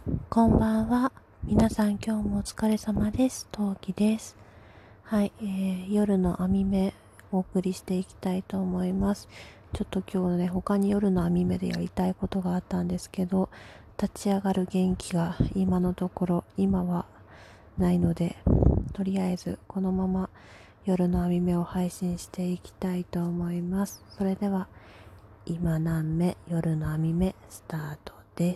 こんばんは。皆さん今日もお疲れ様です。トウキです。はい、夜の網目お送りしていきたいと思います。ちょっと今日ね、他に夜の網目でやりたいことがあったんですけど、立ち上がる元気が今のところ、今はないので、とりあえずこのまま夜の網目を配信していきたいと思います。それでは、今何目夜の網目スタートです。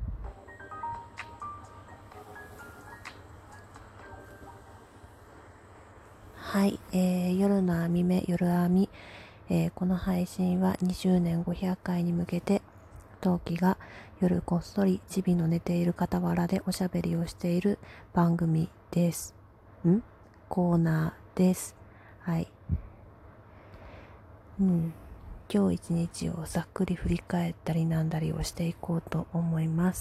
はい、夜の網目、夜網、この配信は20年500回に向けて、陶器が夜こっそりチビの寝ている傍らでおしゃべりをしている番組です。コーナーです。はい。今日一日をざっくり振り返ったりなんだりをしていこうと思います。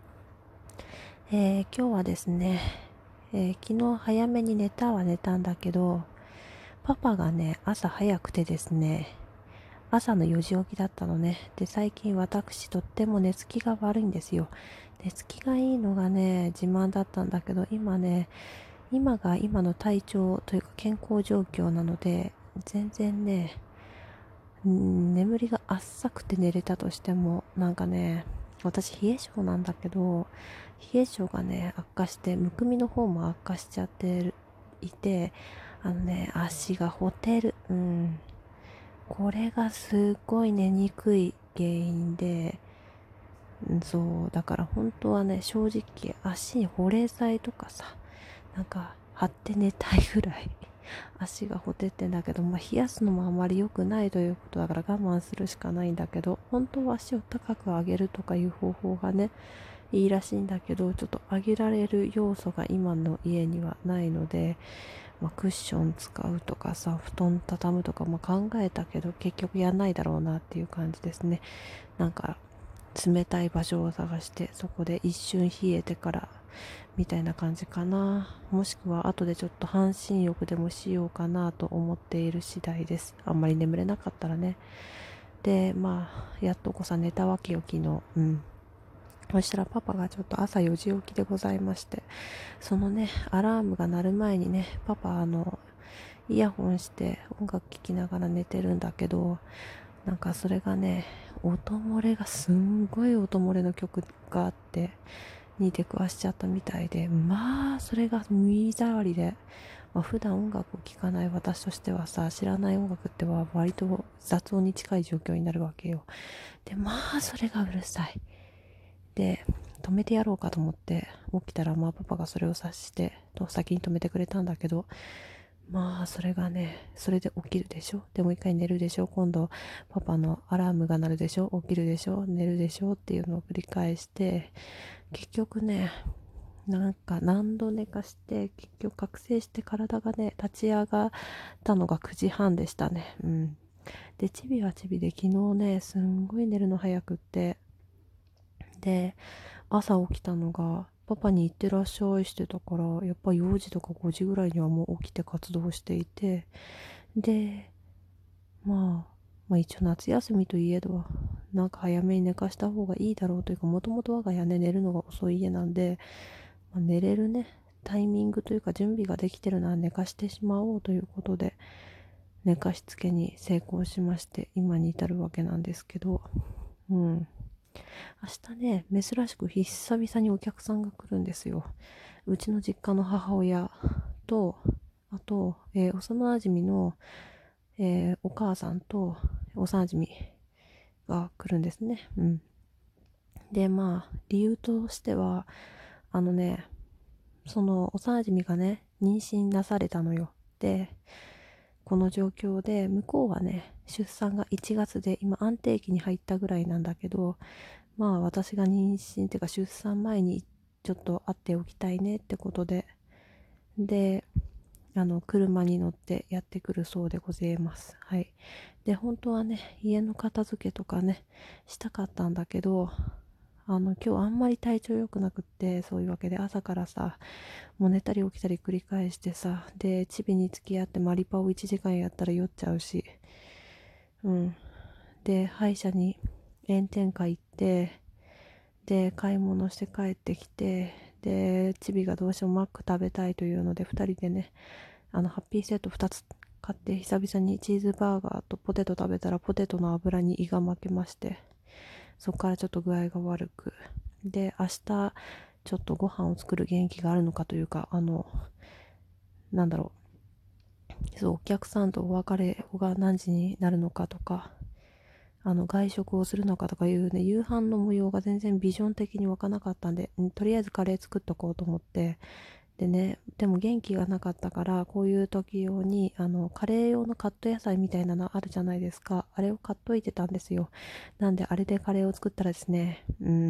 今日はですね、昨日早めに寝たんだけど、パパがね、朝早くてですね、朝の4時起きだったのね。で、最近私とっても寝つきが悪いんですよ。寝つきがいいのがね、自慢だったんだけど、今が今の体調というか健康状況なので、全然ね、眠りが浅くて寝れたとしても、なんかね、私冷え性なんだけど、冷え性がね、悪化して、むくみの方も悪化しちゃっていて、足がほてる。これがすっごい寝にくい原因で、そうだから本当はね、正直足に保冷剤とかさ、なんか貼って寝たいぐらい足がほてってんだけど、冷やすのもあまり良くないということだから我慢するしかないんだけど、本当は足を高く上げるとかいう方法がね、いいらしいんだけど、ちょっと上げられる要素が今の家にはないので、クッション使うとかさ、布団畳むとかも考えたけど、結局やんないだろうなっていう感じですね。なんか冷たい場所を探して、そこで一瞬冷えてからみたいな感じかな。もしくは後でちょっと半身浴でもしようかなと思っている次第です。あんまり眠れなかったらね。で、やっとお子さん寝たわけよ、昨日。そしたらパパがちょっと朝4時起きでございまして、そのね、アラームが鳴る前にね、パパイヤホンして音楽聴きながら寝てるんだけど、なんかそれがね、音漏れがすんごい音漏れの曲があって、に出くわしちゃったみたいで、それが耳障りで、普段音楽を聴かない私としてはさ、知らない音楽っては割と雑音に近い状況になるわけよ。で、それがうるさい。で、止めてやろうかと思って起きたら、パパがそれを察して先に止めてくれたんだけど、それがね、それで起きるでしょ。でもう一回寝るでしょ。今度パパのアラームが鳴るでしょ。起きるでしょ。寝るでしょっていうのを繰り返して、結局ね、なんか何度寝かして、結局覚醒して体がね、立ち上がったのが9時半でしたね。で、チビはチビで昨日ね、すんごい寝るの早くって、で、朝起きたのが、パパに行ってらっしゃいしてたから、やっぱ4時とか5時ぐらいにはもう起きて活動していて、で、一応夏休みといえど、なんか早めに寝かした方がいいだろうというか、もともと我が家ね、寝るのが遅い家なんで、寝れるね、タイミングというか準備ができてるなら寝かしてしまおうということで、寝かしつけに成功しまして、今に至るわけなんですけど、明日ね、珍しく久々にお客さんが来るんですよ。うちの実家の母親と、あと、幼馴染の、お母さんと幼馴染が来るんですね。で、理由としては、あのね、その幼馴染がね、妊娠なされたのよ。で、この状況で、向こうはね、出産が1月で、今安定期に入ったぐらいなんだけど、私が妊娠っていうか出産前にちょっと会っておきたいねってことで、で、車に乗ってやってくるそうでございます。はい。で、本当はね、家の片付けとかね、したかったんだけど、今日あんまり体調良くなくって、そういうわけで朝からさ、もう寝たり起きたり繰り返してさ、で、チビに付き合ってマリパを1時間やったら酔っちゃうし、で、歯医者に炎天下行って、 で買い物して帰ってきて、でチビがどうしてもマック食べたいというので2人でね、ハッピーセット2つ買って久々にチーズバーガーとポテト食べたら、ポテトの油に胃が負けまして、そこからちょっと具合が悪く、で明日ちょっとご飯を作る元気があるのかというか、なんだろう、そう、お客さんとお別れが何時になるのかとか、外食をするのかとかいうね、夕飯の模様が全然ビジョン的に湧かなかったんで、とりあえずカレー作っとこうと思って、でね、でも元気がなかったから、こういう時用にカレー用のカット野菜みたいなのあるじゃないですか。あれを買っといてたんですよ。なんであれでカレーを作ったらですね、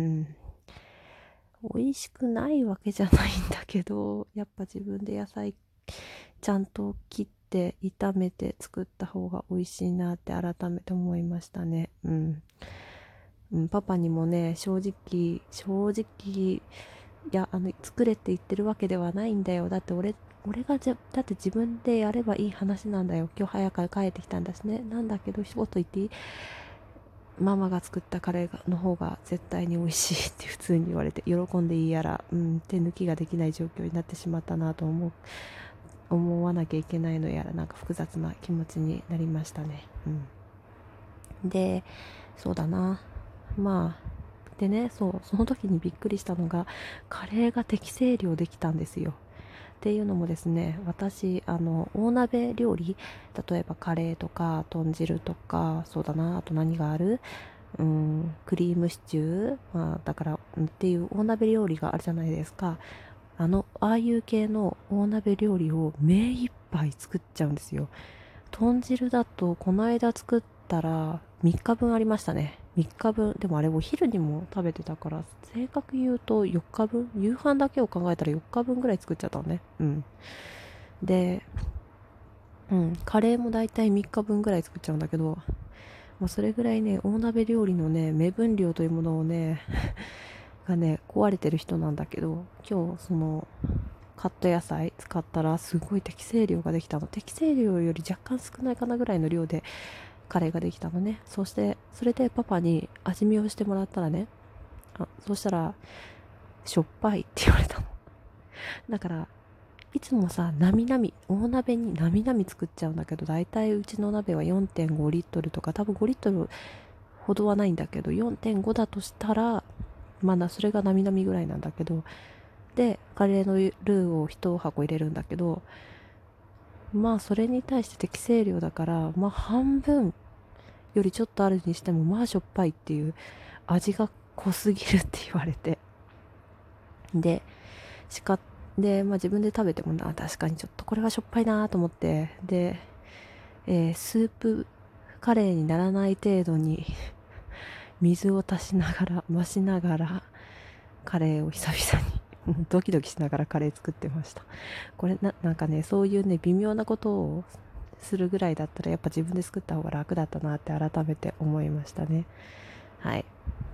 美味しくないわけじゃないんだけど、やっぱ自分で野菜ちゃんと切って炒めて作った方が美味しいなって改めて思いましたね。パパにもね、正直、いや、作れって言ってるわけではないんだよ。だって俺がだって自分でやればいい話なんだよ。今日早く帰ってきたんだしね。なんだけど、一言言っていい？ママが作ったカレーの方が絶対に美味しいって普通に言われて、喜んでいいやら、手抜きができない状況になってしまったなと思わなきゃいけないのやら、なんか複雑な気持ちになりましたね。で、そうだな。まあ、でね、その時にびっくりしたのが、カレーが適正量できたんですよ。っていうのもですね、私、大鍋料理、例えばカレーとか、豚汁とか、そうだな、あと何がある？クリームシチュー、だから、っていう大鍋料理があるじゃないですか。ああいう系の大鍋料理を目いっぱい作っちゃうんですよ。豚汁だと、この間作ったら3日分ありましたね。3日分。でもあれお昼にも食べてたから、正確言うと4日分、夕飯だけを考えたら4日分ぐらい作っちゃったのね。で、カレーもだいたい3日分ぐらい作っちゃうんだけど、それぐらいね、大鍋料理のね、目分量というものをね、がね、壊れてる人なんだけど、今日カット野菜使ったらすごい適正量ができたの。適正量より若干少ないかなぐらいの量でカレーができたのね。それでパパに味見をしてもらったらね、そしたら、しょっぱいって言われたの。だから、いつもさ、大鍋になみなみ作っちゃうんだけど、だいたいうちの鍋は4.5リットルとか、多分5リットルほどはないんだけど、4.5だとしたら、それがなみなみぐらいなんだけど、で、カレーのルーを1箱入れるんだけど、それに対して適正量だから、半分よりちょっとあるにしても、しょっぱいっていう、味が濃すぎるって言われて。で、自分で食べても確かにちょっとこれはしょっぱいなと思って、で、スープカレーにならない程度に水を足しながら、増しながら、カレーを久々にドキドキしながらカレー作ってました。これなんかね、そういうね、微妙なことをするぐらいだったら、やっぱ自分で作った方が楽だったなって改めて思いましたね。はい。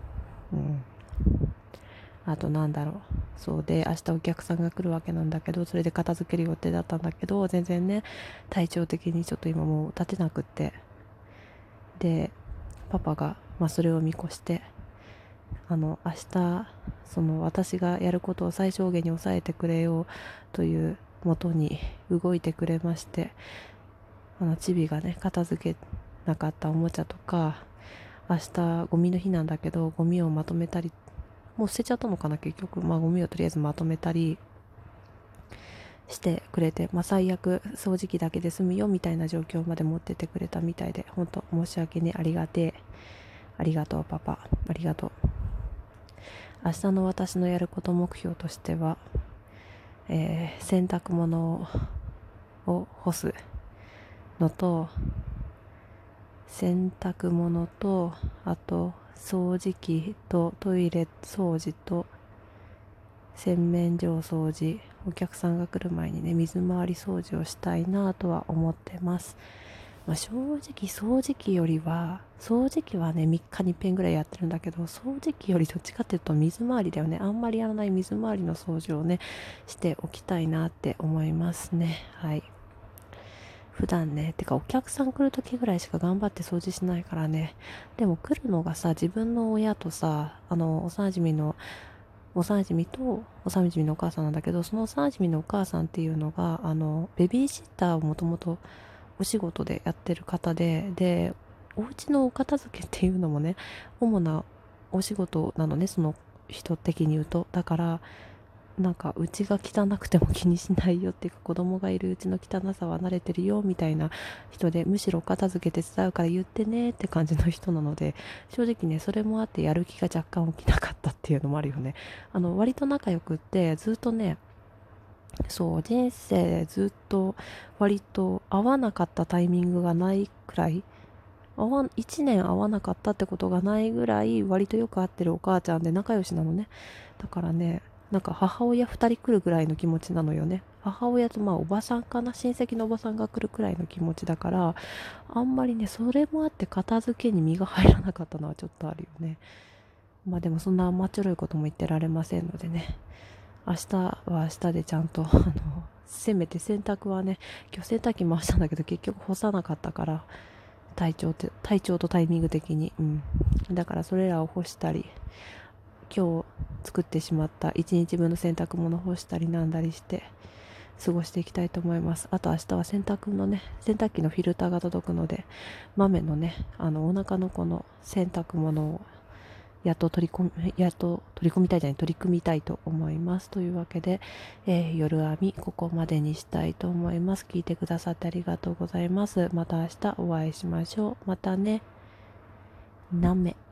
あとなんだろう。そうで、明日お客さんが来るわけなんだけど、それで片付ける予定だったんだけど、全然ね、体調的にちょっと今もう立てなくって。で、パパが、それを見越して、明日、私がやることを最小限に抑えてくれようというもとに動いてくれまして、チビがね、片付けなかったおもちゃとか、明日ゴミの日なんだけど、ゴミをまとめたり、もう捨てちゃったのかな結局。ゴミをとりあえずまとめたりしてくれて、最悪掃除機だけで済むよみたいな状況まで持ってってくれたみたいで、本当申し訳ね、ありがてえ。ありがとうパパ、ありがとう。明日の私のやること目標としては、洗濯物を干すのと、洗濯物と、あと掃除機とトイレ掃除と洗面所掃除、お客さんが来る前にね、水回り掃除をしたいなとは思ってます。正直掃除機よりは、掃除機はね、3日に1遍ぐらいやってるんだけど、掃除機よりどっちかっていうと水回りだよね。あんまりやらない水回りの掃除をね、しておきたいなって思いますね。はい。 普段ね、てかお客さん来るときぐらいしか頑張って掃除しないからね。でも来るのがさ、自分の親とさ、幼馴染の、幼馴染と幼馴染のお母さんなんだけど、その幼馴染のお母さんっていうのが、ベビーシッターをもともとお仕事でやってる方で、お家のお片付けっていうのもね、主なお仕事なのね、その人的に言うと。だから、なんかうちが汚くても気にしないよっていうか、子供がいるうちの汚さは慣れてるよみたいな人で、むしろ片付け手伝うから言ってねって感じの人なので、正直ね、それもあってやる気が若干起きなかったっていうのもあるよね。割と仲良くって、ずっとね、そう、人生ずっと割と合わなかったタイミングがないくらい、1年会わなかったってことがないぐらい割とよく会ってるお母ちゃんで仲良しなのね。だからね、なんか母親2人来るぐらいの気持ちなのよね。母親とまあおばさんかな、親戚のおばさんが来るくらいの気持ちだから、あんまりね、それもあって片付けに身が入らなかったのはちょっとあるよね。まあでもそんな甘っちょろいことも言ってられませんのでね。明日は明日でちゃんと、せめて洗濯はね、今日洗濯機回したんだけど結局干さなかったから、体調とタイミング的に、だからそれらを干したり、今日作ってしまった1日分の洗濯物干したりなんだりして過ごしていきたいと思います。あと明日は洗濯機のフィルターが届くので、豆のね、お腹の子の洗濯物をやっと取り組みたいと思います。というわけで、夜編みここまでにしたいと思います。聞いてくださってありがとうございます。また明日お会いしましょう。またね。なめ。